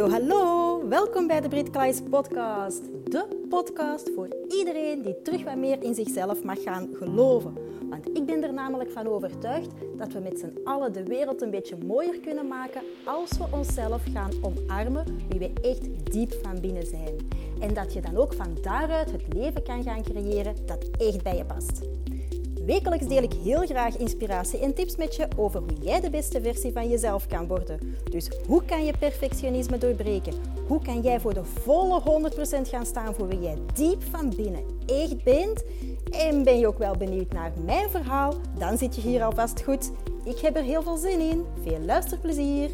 Hallo. Welkom bij de Brit Klaes podcast. De podcast voor iedereen die terug wat meer in zichzelf mag gaan geloven. Want ik ben er namelijk van overtuigd dat we met z'n allen de wereld een beetje mooier kunnen maken als we onszelf gaan omarmen wie we echt diep van binnen zijn. En dat je dan ook van daaruit het leven kan gaan creëren dat echt bij je past. Wekelijks deel ik heel graag inspiratie en tips met je over hoe jij de beste versie van jezelf kan worden. Dus hoe kan je perfectionisme doorbreken? Hoe kan jij voor de volle 100% gaan staan voor wie jij diep van binnen echt bent? En ben je ook wel benieuwd naar mijn verhaal? Dan zit je hier alvast goed. Ik heb er heel veel zin in. Veel luisterplezier!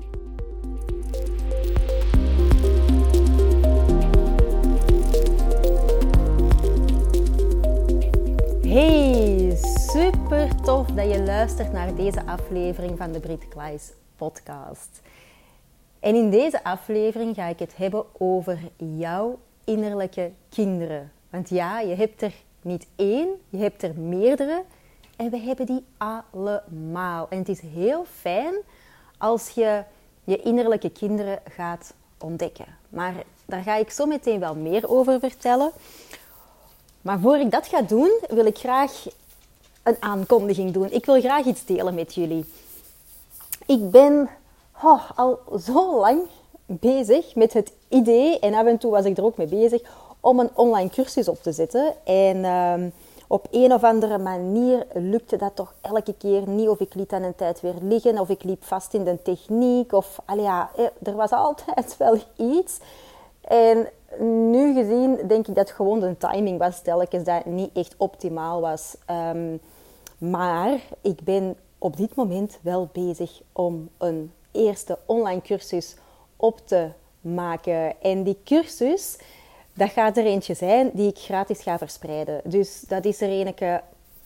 Hey, super tof dat je luistert naar deze aflevering van de Brit Klaes podcast. En in deze aflevering ga ik het hebben over jouw innerlijke kinderen. Want ja, je hebt er niet één, je hebt er meerdere en we hebben die allemaal. En het is heel fijn als je je innerlijke kinderen gaat ontdekken. Maar daar ga ik zo meteen wel meer over vertellen. Maar voor ik dat ga doen, wil ik graag een aankondiging doen. Ik wil graag iets delen met jullie. Ik ben al zo lang bezig met het idee, en af en toe was ik er ook mee bezig, om een online cursus op te zetten. En op een of andere manier lukte dat toch elke keer niet. Of ik liet dan een tijd weer liggen, of ik liep vast in de techniek. Of, er was altijd wel iets. En nu gezien denk ik dat gewoon de timing was telkens dat niet echt optimaal was. Maar ik ben op dit moment wel bezig om een eerste online cursus op te maken. En die cursus, dat gaat er eentje zijn die ik gratis ga verspreiden. Dus dat is er eentje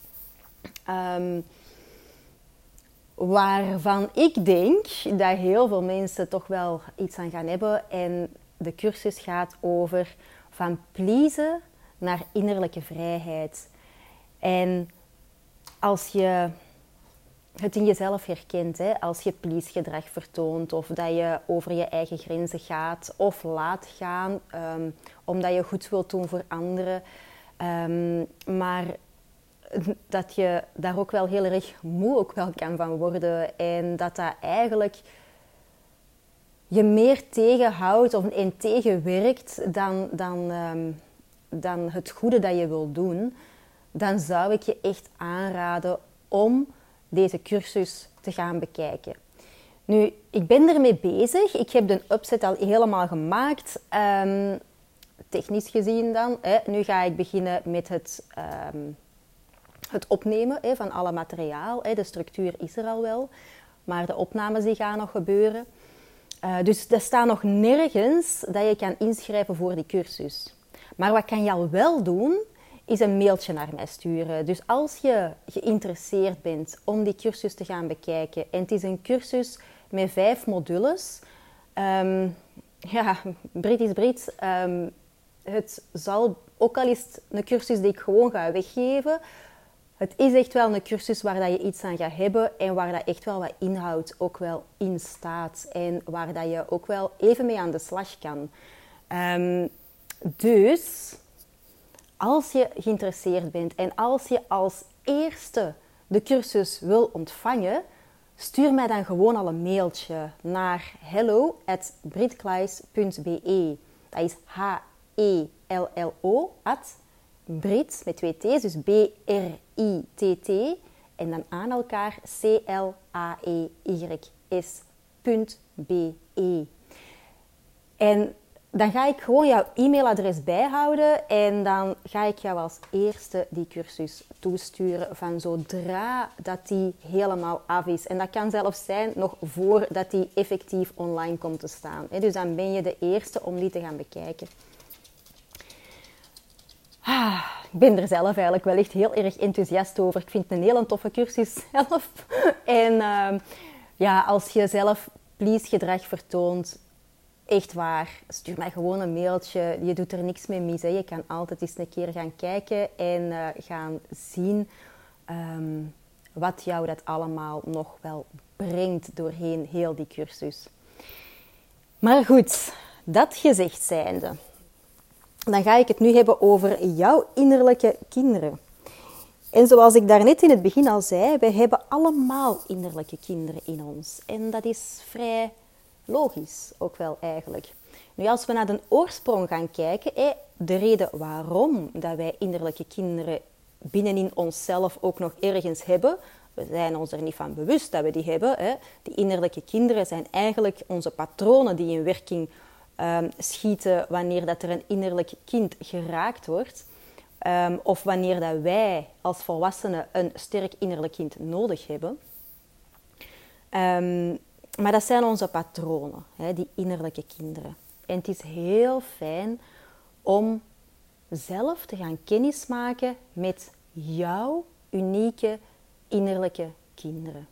waarvan ik denk dat heel veel mensen toch wel iets aan gaan hebben. En de cursus gaat over van pleasen naar innerlijke vrijheid. En als je het in jezelf herkent, als je please-gedrag vertoont of dat je over je eigen grenzen gaat of laat gaan, omdat je goed wilt doen voor anderen, maar dat je daar ook wel heel erg moe ook wel kan van worden en dat eigenlijk je meer tegenhoudt en tegenwerkt dan het goede dat je wil doen, dan zou ik je echt aanraden om deze cursus te gaan bekijken. Nu, ik ben ermee bezig. Ik heb de opzet al helemaal gemaakt. Technisch gezien dan. Nu ga ik beginnen met het opnemen van alle materiaal. De structuur is er al wel. Maar de opnames die gaan nog gebeuren. Dus er staat nog nergens dat je kan inschrijven voor die cursus. Maar wat kan je al wel doen, is een mailtje naar mij sturen. Dus als je geïnteresseerd bent om die cursus te gaan bekijken, en het is een cursus met 5 modules. Brit is Brit. Het zal, ook al is het een cursus die ik gewoon ga weggeven, het is echt wel een cursus waar dat je iets aan gaat hebben en waar dat echt wel wat inhoud ook wel in staat. En waar dat je ook wel even mee aan de slag kan. Dus als je geïnteresseerd bent en als je als eerste de cursus wil ontvangen, stuur mij dan gewoon al een mailtje naar hello@britkleis.be. Dat is HELLO @Brit met 2 T's, dus BRITT en dan aan elkaar CLAEYS.be. En dan ga ik gewoon jouw e-mailadres bijhouden en dan ga ik jou als eerste die cursus toesturen van zodra dat die helemaal af is. En dat kan zelfs zijn nog voordat die effectief online komt te staan. Dus dan ben je de eerste om die te gaan bekijken. Ik ben er zelf eigenlijk wel echt heel erg enthousiast over. Ik vind het een hele toffe cursus zelf. En als je zelf please-gedrag vertoont, echt waar, stuur mij gewoon een mailtje. Je doet er niks mee mis. Hè. Je kan altijd eens een keer gaan kijken en gaan zien wat jou dat allemaal nog wel brengt doorheen heel die cursus. Maar goed, dat gezegd zijnde, dan ga ik het nu hebben over jouw innerlijke kinderen. En zoals ik daarnet in het begin al zei, wij hebben allemaal innerlijke kinderen in ons. En dat is vrij logisch ook wel eigenlijk. Nu, als we naar de oorsprong gaan kijken, de reden waarom dat wij innerlijke kinderen binnenin onszelf ook nog ergens hebben, we zijn ons er niet van bewust dat we die hebben. Die innerlijke kinderen zijn eigenlijk onze patronen die in werking schieten wanneer dat er een innerlijk kind geraakt wordt. Of wanneer dat wij als volwassenen een sterk innerlijk kind nodig hebben. Maar dat zijn onze patronen, die innerlijke kinderen. En het is heel fijn om zelf te gaan kennismaken met jouw unieke innerlijke kinderen.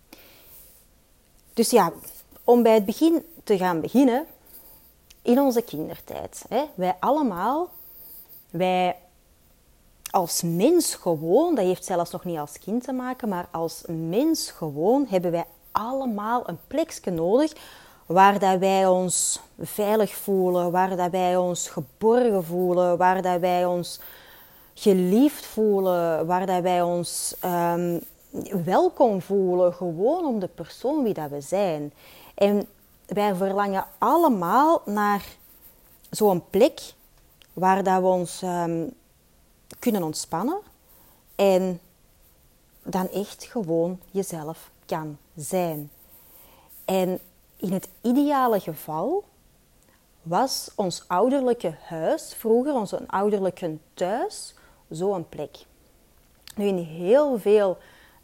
Dus ja, om bij het begin te gaan beginnen, in onze kindertijd. Wij allemaal, wij als mens gewoon, dat heeft zelfs nog niet als kind te maken, maar als mens gewoon hebben wij allemaal een plekje nodig waar dat wij ons veilig voelen, waar dat wij ons geborgen voelen, waar dat wij ons geliefd voelen, waar dat wij ons welkom voelen, gewoon om de persoon wie dat we zijn. En wij verlangen allemaal naar zo'n plek waar dat we ons kunnen ontspannen en dan echt gewoon jezelf kan zijn. En in het ideale geval was ons ouderlijke huis, vroeger ons ouderlijke thuis, zo'n plek. Nu in heel veel,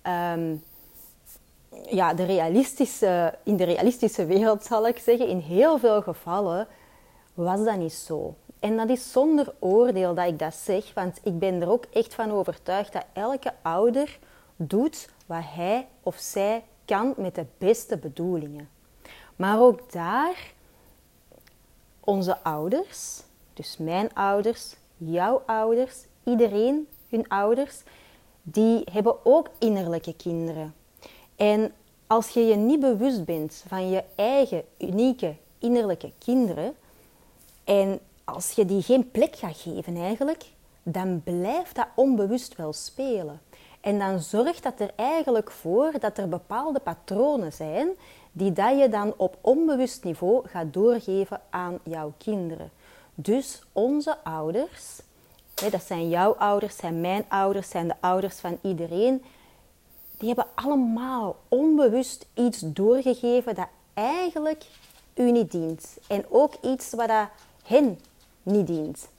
in de realistische wereld zal ik zeggen, in heel veel gevallen was dat niet zo. En dat is zonder oordeel dat ik dat zeg, want ik ben er ook echt van overtuigd dat elke ouder doet wat hij of zij kan met de beste bedoelingen. Maar ook daar, onze ouders, dus mijn ouders, jouw ouders, iedereen hun ouders, die hebben ook innerlijke kinderen. En als je je niet bewust bent van je eigen unieke innerlijke kinderen en als je die geen plek gaat geven eigenlijk, dan blijft dat onbewust wel spelen. En dan zorgt dat er eigenlijk voor dat er bepaalde patronen zijn die dat je dan op onbewust niveau gaat doorgeven aan jouw kinderen. Dus onze ouders, dat zijn jouw ouders, zijn mijn ouders, zijn de ouders van iedereen, die hebben allemaal onbewust iets doorgegeven dat eigenlijk u niet dient. En ook iets wat dat hen niet dient.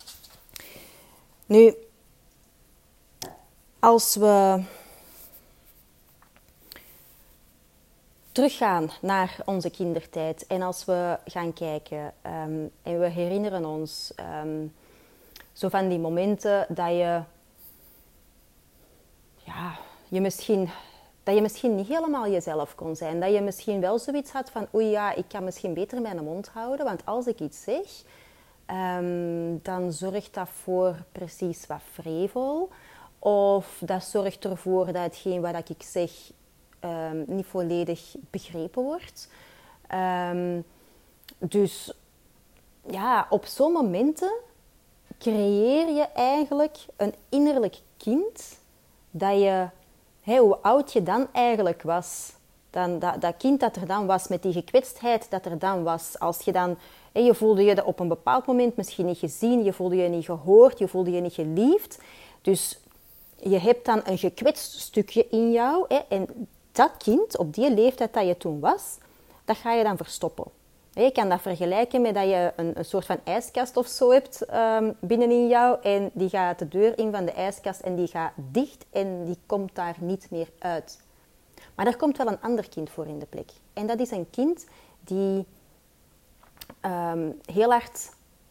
Nu, als we teruggaan naar onze kindertijd en als we gaan kijken en we herinneren ons zo van die momenten dat je misschien niet helemaal jezelf kon zijn. Dat je misschien wel zoiets had van, oei ja, ik kan misschien beter mijn mond houden, want als ik iets zeg, dan zorgt dat voor precies wat vrevel. Of dat zorgt ervoor dat hetgeen wat ik zeg niet volledig begrepen wordt. Dus ja, op zo'n momenten creëer je eigenlijk een innerlijk kind dat je, hoe oud je dan eigenlijk was, dan dat kind dat er dan was, met die gekwetstheid dat er dan was, als je dan, je voelde je op een bepaald moment misschien niet gezien, je voelde je niet gehoord, je voelde je niet geliefd. Dus je hebt dan een gekwetst stukje in jou, en dat kind, op die leeftijd dat je toen was, dat ga je dan verstoppen. Je kan dat vergelijken met dat je een soort van ijskast of zo hebt binnenin jou en die gaat de deur in van de ijskast en die gaat dicht en die komt daar niet meer uit. Maar er komt wel een ander kind voor in de plek. En dat is een kind die heel hard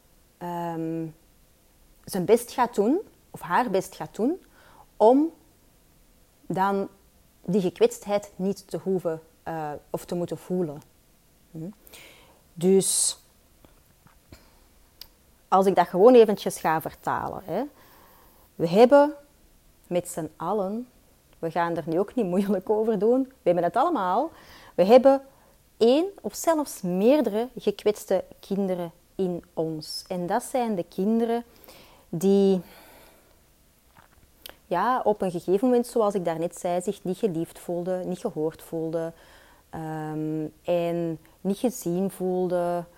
zijn best gaat doen, of haar best gaat doen, om dan die gekwetstheid niet te hoeven of te moeten voelen. Dus als ik dat gewoon eventjes ga vertalen. We hebben met z'n allen, we gaan er nu ook niet moeilijk over doen, we hebben het allemaal. We hebben één of zelfs meerdere gekwetste kinderen in ons. En dat zijn de kinderen die op een gegeven moment, zoals ik daarnet zei, zich niet geliefd voelden, niet gehoord voelden en niet gezien voelden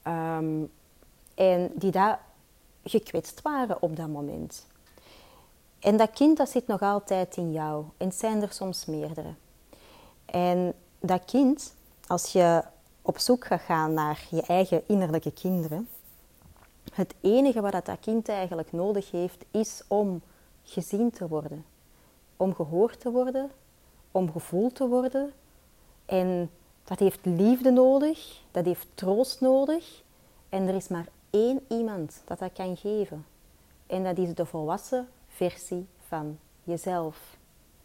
en die daar gekwetst waren op dat moment. En dat kind, dat zit nog altijd in jou. En het zijn er soms meerdere. En dat kind, als je op zoek gaat gaan naar je eigen innerlijke kinderen, het enige wat dat kind eigenlijk nodig heeft, is om gezien te worden. Om gehoord te worden, om gevoeld te worden. En dat heeft liefde nodig, dat heeft troost nodig. En er is maar één iemand dat kan geven. En dat is de volwassen versie van jezelf.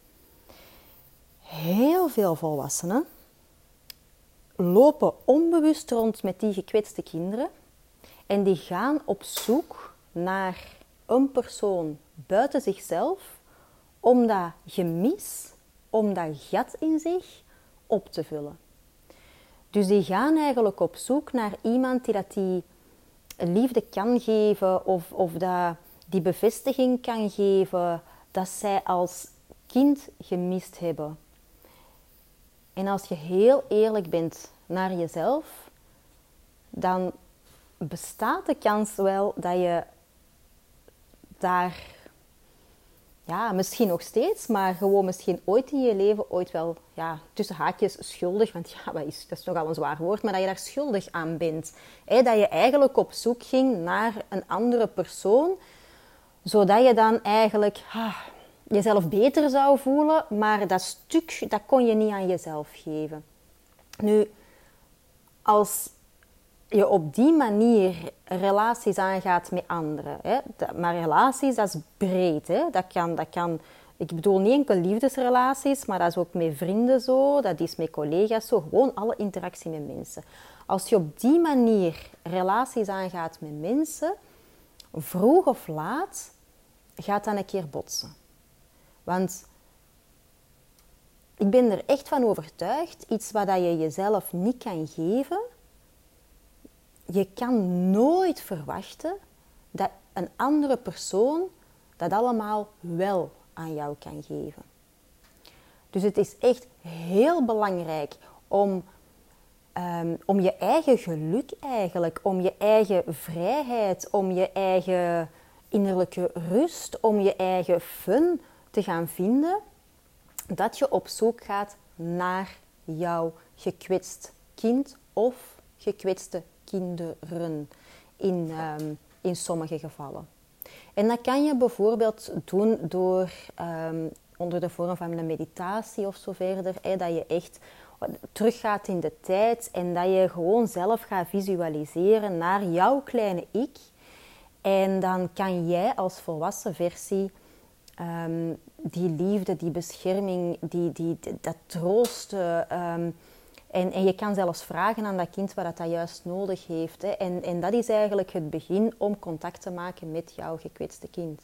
Heel veel volwassenen lopen onbewust rond met die gekwetste kinderen en die gaan op zoek naar een persoon buiten zichzelf om dat gemis, om dat gat in zich op te vullen. Dus die gaan eigenlijk op zoek naar iemand die liefde kan geven of dat die bevestiging kan geven dat zij als kind gemist hebben. En als je heel eerlijk bent naar jezelf, dan bestaat de kans wel dat je daar, misschien nog steeds, maar gewoon misschien ooit in je leven ooit wel, tussen haakjes schuldig, want dat is nogal een zwaar woord, maar dat je daar schuldig aan bent. Dat je eigenlijk op zoek ging naar een andere persoon, zodat je dan eigenlijk jezelf beter zou voelen, maar dat stuk, dat kon je niet aan jezelf geven. Nu, als je op die manier relaties aangaat met anderen, maar relaties, dat is breed. Dat kan, ik bedoel niet enkel liefdesrelaties, maar dat is ook met vrienden zo, dat is met collega's zo, gewoon alle interactie met mensen. Als je op die manier relaties aangaat met mensen, vroeg of laat gaat dat een keer botsen. Want ik ben er echt van overtuigd, iets wat je jezelf niet kan geven, je kan nooit verwachten dat een andere persoon dat allemaal wel aan jou kan geven. Dus het is echt heel belangrijk om je eigen geluk eigenlijk, om je eigen vrijheid, om je eigen innerlijke rust, om je eigen fun te gaan vinden, dat je op zoek gaat naar jouw gekwetst kind of gekwetste kinderen in sommige gevallen. En dat kan je bijvoorbeeld doen door onder de vorm van een meditatie of zo verder, dat je echt teruggaat in de tijd en dat je gewoon zelf gaat visualiseren naar jouw kleine ik. En dan kan jij als volwassen versie die liefde, die bescherming, dat troosten. En je kan zelfs vragen aan dat kind wat dat juist nodig heeft. En dat is eigenlijk het begin om contact te maken met jouw gekwetste kind.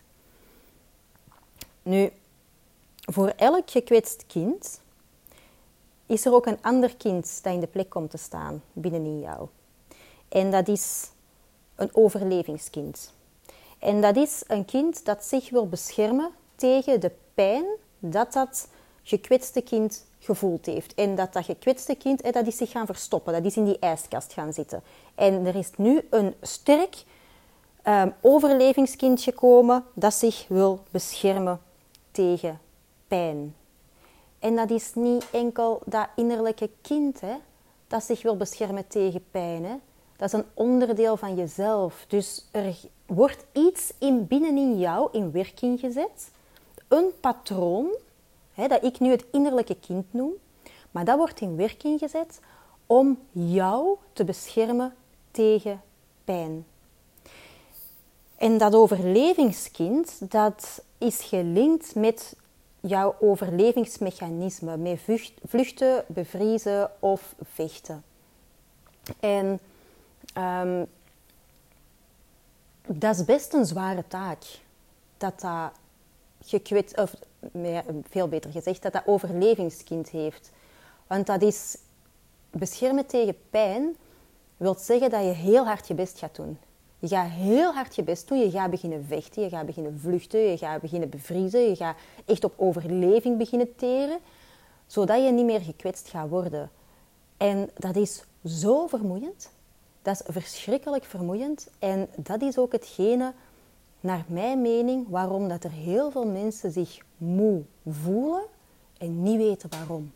Nu, voor elk gekwetst kind is er ook een ander kind dat in de plek komt te staan binnenin jou. En dat is een overlevingskind. En dat is een kind dat zich wil beschermen tegen de pijn dat gekwetste kind gevoeld heeft. En dat gekwetste kind, dat is zich gaan verstoppen. Dat is in die ijskast gaan zitten. En er is nu een sterk overlevingskind gekomen dat zich wil beschermen tegen pijn. En dat is niet enkel dat innerlijke kind dat zich wil beschermen tegen pijn. Dat is een onderdeel van jezelf. Dus er wordt iets binnenin jou in werking gezet. Een patroon, dat ik nu het innerlijke kind noem. Maar dat wordt in werking gezet om jou te beschermen tegen pijn. En dat overlevingskind, dat is gelinkt met jouw overlevingsmechanisme. Met vluchten, bevriezen of vechten. En dat is best een zware taak. Veel beter gezegd, dat overlevingskind heeft. Want dat is beschermen tegen pijn wil zeggen dat je heel hard je best gaat doen. Je gaat heel hard je best doen. Je gaat beginnen vechten, je gaat beginnen vluchten, je gaat beginnen bevriezen. Je gaat echt op overleving beginnen teren, zodat je niet meer gekwetst gaat worden. En dat is zo vermoeiend. Dat is verschrikkelijk vermoeiend. En dat is ook hetgene, naar mijn mening, waarom dat er heel veel mensen zich moe voelen en niet weten waarom.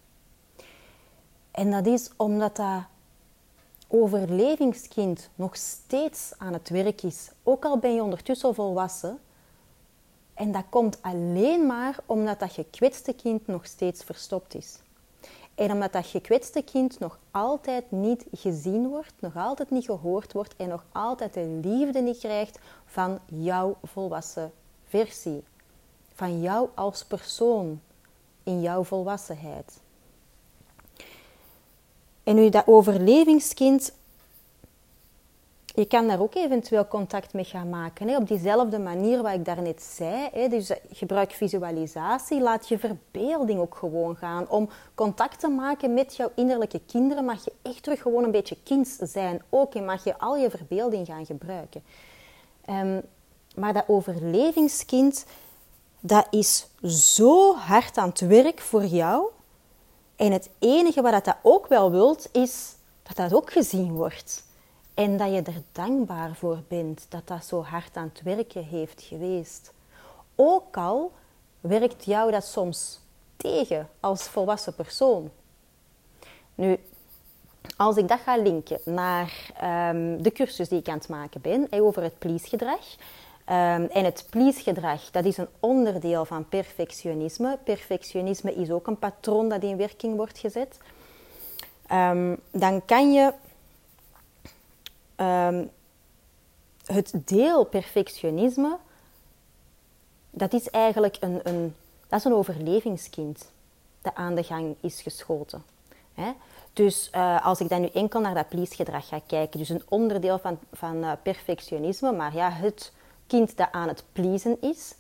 En dat is omdat dat overlevingskind nog steeds aan het werk is. Ook al ben je ondertussen volwassen. En dat komt alleen maar omdat dat gekwetste kind nog steeds verstopt is. En omdat dat gekwetste kind nog altijd niet gezien wordt, nog altijd niet gehoord wordt en nog altijd de liefde niet krijgt van jouw volwassen versie. Van jou als persoon in jouw volwassenheid. En nu dat overlevingskind, je kan daar ook eventueel contact mee gaan maken. Hè? Op diezelfde manier wat ik daarnet zei. Hè? Dus gebruik visualisatie. Laat je verbeelding ook gewoon gaan. Om contact te maken met jouw innerlijke kinderen mag je echt terug gewoon een beetje kind zijn. Ook en mag je al je verbeelding gaan gebruiken. Maar dat overlevingskind, dat is zo hard aan het werk voor jou. En het enige wat dat ook wel wilt, is dat dat ook gezien wordt. En dat je er dankbaar voor bent dat dat zo hard aan het werken heeft geweest. Ook al werkt jou dat soms tegen als volwassen persoon. Nu, als ik dat ga linken naar de cursus die ik aan het maken ben, over het please-gedrag. En het please-gedrag, dat is een onderdeel van perfectionisme. Perfectionisme is ook een patroon dat in werking wordt gezet. Dan kan je het deel perfectionisme, dat is eigenlijk een overlevingskind dat aan de gang is geschoten. Hè? Dus als ik dan nu enkel naar dat please-gedrag ga kijken, dus een onderdeel van perfectionisme, maar ja, het kind dat aan het pleasen is,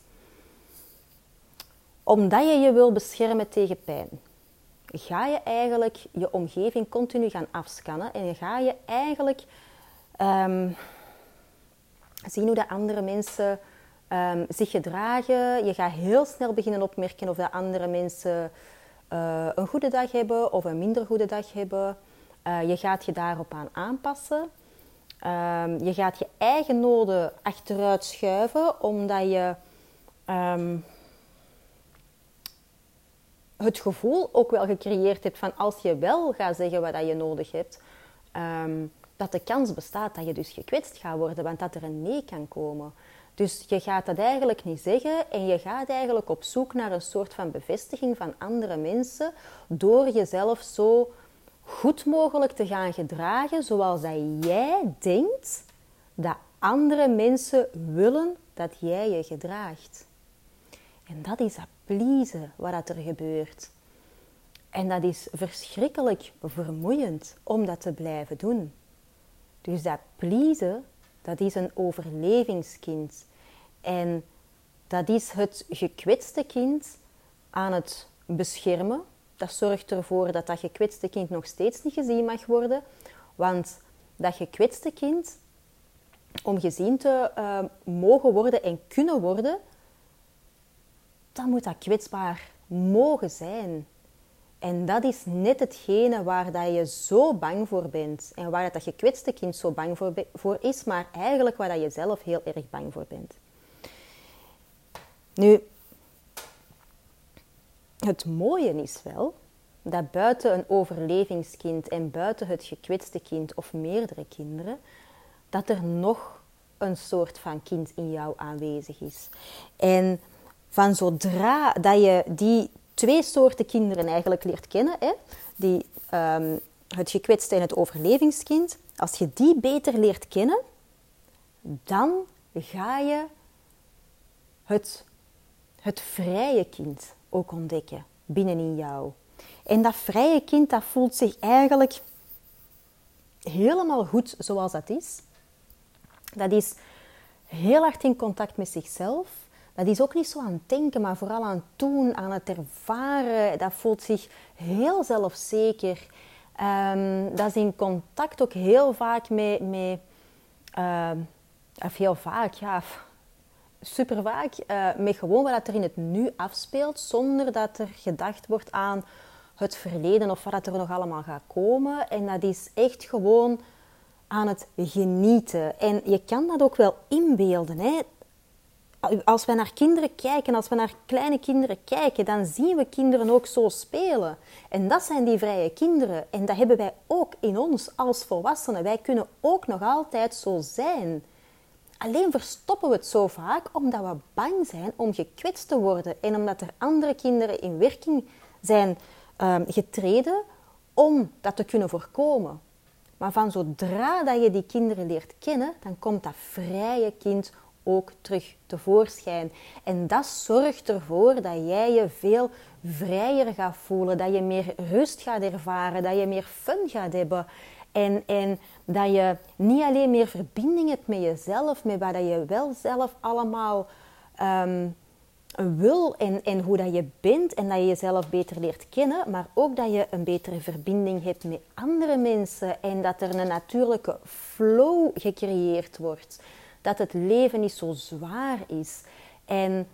omdat je je wil beschermen tegen pijn, ga je eigenlijk je omgeving continu gaan afscannen en je ga je eigenlijk zien hoe de andere mensen zich gedragen. Je gaat heel snel beginnen opmerken of de andere mensen een goede dag hebben of een minder goede dag hebben. Je gaat je daarop aanpassen. Je gaat je eigen noden achteruit schuiven, omdat je het gevoel ook wel gecreëerd hebt van als je wel gaat zeggen wat je nodig hebt, dat de kans bestaat dat je dus gekwetst gaat worden, want dat er een nee kan komen. Dus je gaat dat eigenlijk niet zeggen en je gaat eigenlijk op zoek naar een soort van bevestiging van andere mensen door jezelf zo goed mogelijk te gaan gedragen zoals dat jij denkt dat andere mensen willen dat jij je gedraagt. En dat is dat pleasen wat er gebeurt. En dat is verschrikkelijk vermoeiend om dat te blijven doen. Dus dat pleasen, dat is een overlevingskind. En dat is het gekwetste kind aan het beschermen. Dat zorgt ervoor dat dat gekwetste kind nog steeds niet gezien mag worden. Want dat gekwetste kind, om gezien te mogen worden en kunnen worden, dan moet dat kwetsbaar mogen zijn. En dat is net hetgene waar dat je zo bang voor bent. En waar dat gekwetste kind zo bang voor is, maar eigenlijk waar dat je zelf heel erg bang voor bent. Nu, het mooie is wel dat buiten een overlevingskind en buiten het gekwetste kind of meerdere kinderen, dat er nog een soort van kind in jou aanwezig is. En van zodra dat je die twee soorten kinderen eigenlijk leert kennen, het gekwetste en het overlevingskind, als je die beter leert kennen, dan ga je het vrije kind ook ontdekken binnenin jou. En dat vrije kind, dat voelt zich eigenlijk helemaal goed zoals dat is. Dat is heel hard in contact met zichzelf. Dat is ook niet zo aan het denken, maar vooral aan het doen, aan het ervaren. Dat voelt zich heel zelfzeker. Dat is in contact ook heel vaak super vaak, met gewoon wat er in het nu afspeelt, zonder dat er gedacht wordt aan het verleden of wat er nog allemaal gaat komen. En dat is echt gewoon aan het genieten. En je kan dat ook wel inbeelden, hè. Als we naar kinderen kijken, als we naar kleine kinderen kijken, dan zien we kinderen ook zo spelen. En dat zijn die vrije kinderen. En dat hebben wij ook in ons als volwassenen. Wij kunnen ook nog altijd zo zijn. Alleen verstoppen we het zo vaak omdat we bang zijn om gekwetst te worden. En omdat er andere kinderen in werking zijn getreden om dat te kunnen voorkomen. Maar van zodra dat je die kinderen leert kennen, dan komt dat vrije kind ook terug tevoorschijn. En dat zorgt ervoor dat jij je veel vrijer gaat voelen, dat je meer rust gaat ervaren, dat je meer fun gaat hebben. En dat je niet alleen meer verbinding hebt met jezelf, met wat je wel zelf allemaal wil en hoe dat je bent en dat je jezelf beter leert kennen, maar ook dat je een betere verbinding hebt met andere mensen en dat er een natuurlijke flow gecreëerd wordt. Dat het leven niet zo zwaar is. En,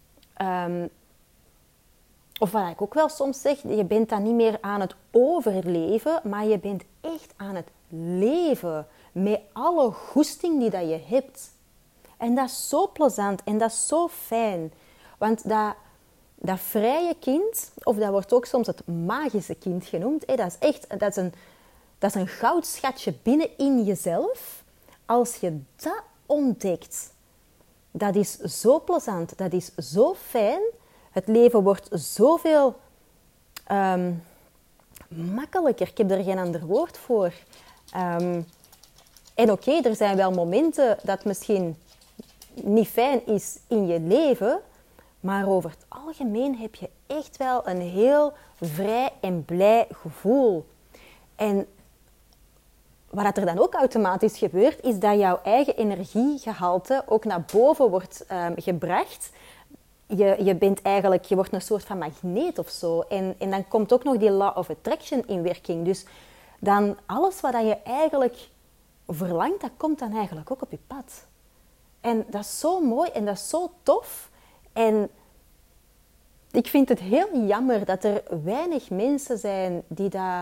of wat ik ook wel soms zeg, je bent dan niet meer aan het overleven, maar je bent echt aan het leven. Met alle goesting die dat je hebt. En dat is zo plezant en dat is zo fijn. Want dat vrije kind, of dat wordt ook soms het magische kind genoemd, dat is een goudschatje binnenin jezelf. Als je dat ontdekt, dat is zo plezant, dat is zo fijn. Het leven wordt zoveel makkelijker. Ik heb er geen ander woord voor. En oké, er zijn wel momenten dat misschien niet fijn is in je leven, maar over het algemeen heb je echt wel een heel vrij en blij gevoel. En wat er dan ook automatisch gebeurt, is dat jouw eigen energiegehalte ook naar boven wordt gebracht. Je wordt een soort van magneet of zo. En dan komt ook nog die law of attraction in werking. Dus dan alles wat je eigenlijk verlangt, dat komt dan eigenlijk ook op je pad. En dat is zo mooi en dat is zo tof. En ik vind het heel jammer dat er weinig mensen zijn die dat...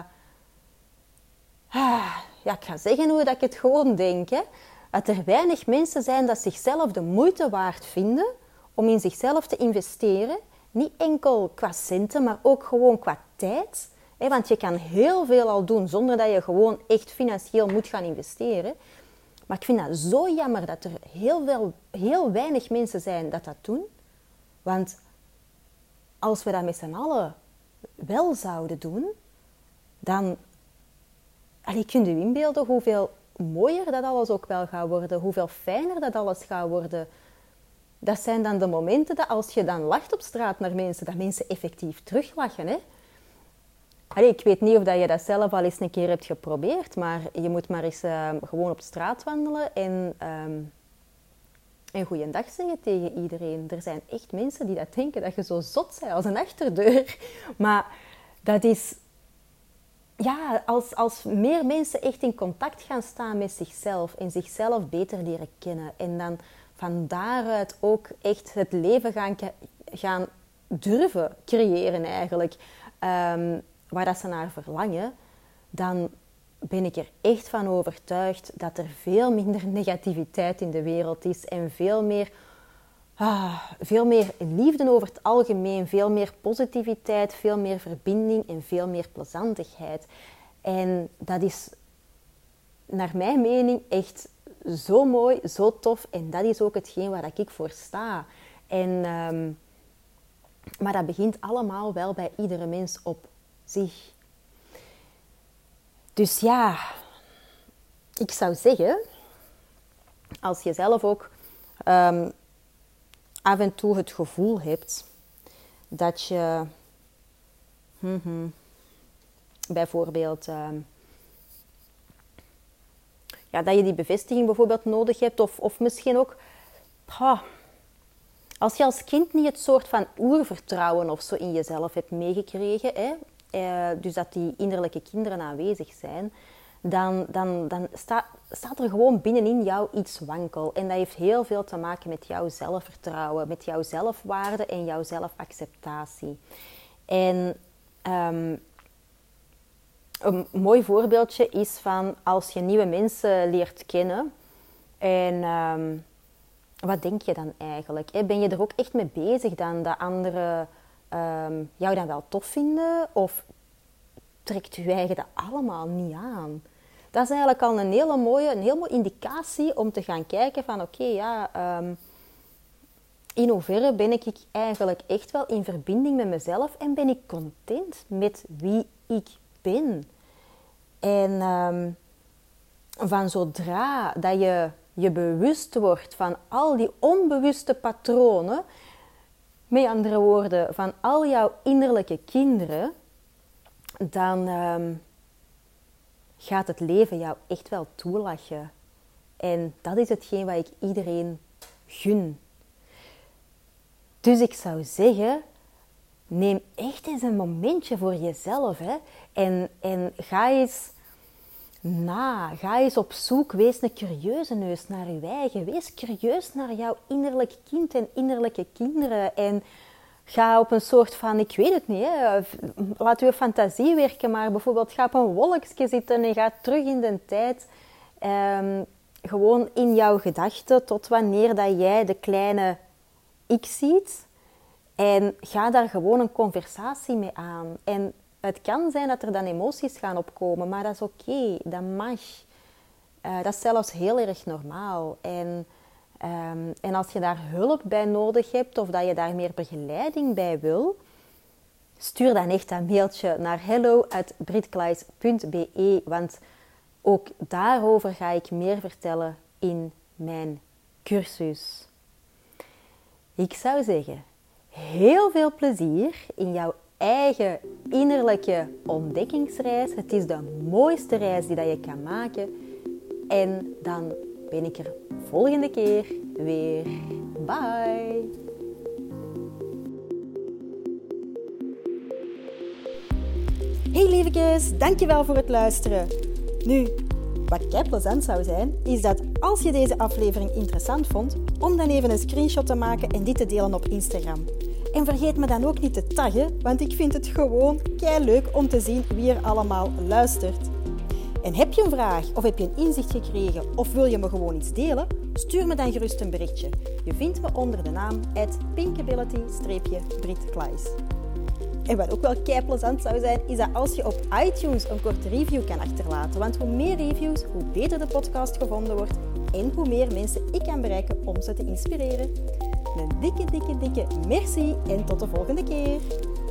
ik ga zeggen hoe dat ik het gewoon denk. Hè. Dat er weinig mensen zijn dat zichzelf de moeite waard vinden om in zichzelf te investeren. Niet enkel qua centen, maar ook gewoon qua tijd. Want je kan heel veel al doen zonder dat je gewoon echt financieel moet gaan investeren. Maar ik vind dat zo jammer dat er heel weinig mensen zijn dat doen. Want als we dat met z'n allen wel zouden doen, dan... kun je inbeelden hoeveel mooier dat alles ook wel gaat worden. Hoeveel fijner dat alles gaat worden. Dat zijn dan de momenten dat als je dan lacht op straat naar mensen, dat mensen effectief teruglachen. Hè? Ik weet niet of je dat zelf al eens een keer hebt geprobeerd, maar je moet maar eens gewoon op straat wandelen en goeiedag zeggen tegen iedereen. Er zijn echt mensen die dat denken, dat je zo zot bent als een achterdeur. Maar dat is... Ja, als meer mensen echt in contact gaan staan met zichzelf en zichzelf beter leren kennen en dan van daaruit ook echt het leven gaan durven creëren eigenlijk, waar dat ze naar verlangen, dan ben ik er echt van overtuigd dat er veel minder negativiteit in de wereld is en veel meer liefde over het algemeen, veel meer positiviteit, veel meer verbinding en veel meer plezantigheid. En dat is naar mijn mening echt zo mooi, zo tof en dat is ook hetgeen waar ik voor sta. Maar dat begint allemaal wel bij iedere mens op zich. Dus ja, ik zou zeggen, als je zelf ook af en toe het gevoel hebt dat je bijvoorbeeld dat je die bevestiging bijvoorbeeld nodig hebt of misschien ook als je als kind niet het soort van oervertrouwen of zo in jezelf hebt meegekregen, dus dat die innerlijke kinderen aanwezig zijn, dan staat er gewoon binnenin jou iets wankel. En dat heeft heel veel te maken met jouw zelfvertrouwen, met jouw zelfwaarde en jouw zelfacceptatie. En een mooi voorbeeldje is van als je nieuwe mensen leert kennen. En wat denk je dan eigenlijk? Ben je er ook echt mee bezig dan dat anderen jou dan wel tof vinden? Of trekt je eigen dat allemaal niet aan? Dat is eigenlijk al een hele mooie indicatie om te gaan kijken van in hoeverre ben ik eigenlijk echt wel in verbinding met mezelf en ben ik content met wie ik ben. En van zodra dat je bewust wordt van al die onbewuste patronen, met andere woorden, van al jouw innerlijke kinderen, dan gaat het leven jou echt wel toelachen. En dat is hetgeen wat ik iedereen gun. Dus ik zou zeggen, neem echt eens een momentje voor jezelf. Hè? En ga eens op zoek. Wees een curieuze neus naar je eigen. Wees curieus naar jouw innerlijk kind en innerlijke kinderen. En ga op een soort van, ik weet het niet, hè, laat je fantasie werken. Maar bijvoorbeeld ga op een wolkje zitten en ga terug in de tijd. Gewoon in jouw gedachten tot wanneer dat jij de kleine ik ziet. En ga daar gewoon een conversatie mee aan. En het kan zijn dat er dan emoties gaan opkomen, maar dat is oké, dat mag. Dat is zelfs heel erg normaal. En als je daar hulp bij nodig hebt of dat je daar meer begeleiding bij wil, stuur dan echt een mailtje naar hello@britkleis.be, want ook daarover ga ik meer vertellen in mijn cursus. Ik zou zeggen, heel veel plezier in jouw eigen innerlijke ontdekkingsreis. Het is de mooiste reis die dat je kan maken. En dan ben ik er volgende keer weer. Bye! Hey lievekes, dankjewel voor het luisteren. Nu, wat kei plezant zou zijn, is dat als je deze aflevering interessant vond, om dan even een screenshot te maken en dit te delen op Instagram. En vergeet me dan ook niet te taggen, want ik vind het gewoon kei leuk om te zien wie er allemaal luistert. En heb je een vraag of heb je een inzicht gekregen of wil je me gewoon iets delen? Stuur me dan gerust een berichtje. Je vindt me onder de naam @pinkability_britkleis. En wat ook wel keiplezant zou zijn, is dat als je op iTunes een korte review kan achterlaten. Want hoe meer reviews, hoe beter de podcast gevonden wordt en hoe meer mensen ik kan bereiken om ze te inspireren. Een dikke merci en tot de volgende keer.